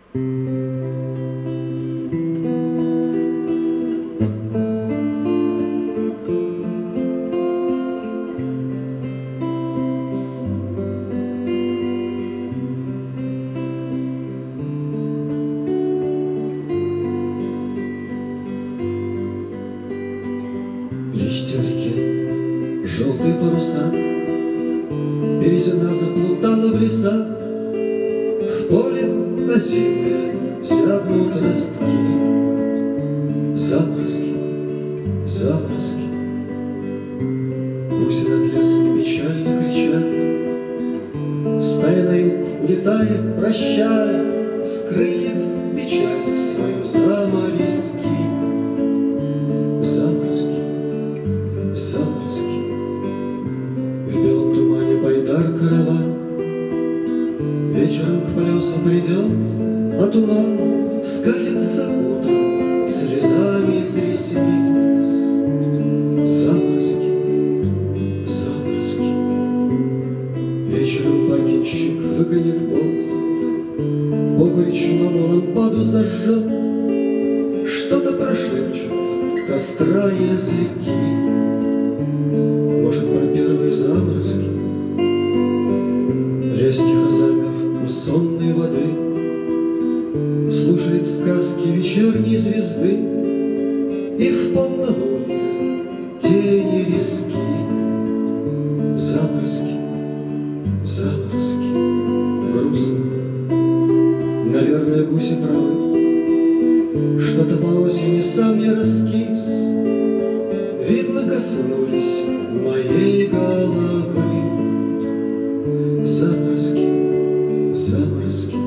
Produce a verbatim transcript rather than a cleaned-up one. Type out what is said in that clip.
Листья в реке, желтые паруса, березина заплутала в леса, в поле озимые зябнут ростки. Заморозки, заморозки, гуси над лесом печально кричат. Стая на юг улетает, прощая, с крыльев печаль свою заморозки. Заморозки, заморозки, в белом тумане байдар караван. Вечером к плесу придет, а туман скатится утром слезами с ресниц. Заморозки, заморозки, вечером бакинщик выгонит Бог, Богу речному лампаду зажжет, что-то прошепчет костра языки. Может, про первые заморозки. Лес тихо замер у сонной воды, слушает сказки вечерней звезды, и в полнолуние тени риски. Заморозки, заморозки, грустно. Наверное, гуси правы, что-то по осени сам я раскис. Видно, коснулись моей головы. Заморозки, заморозки,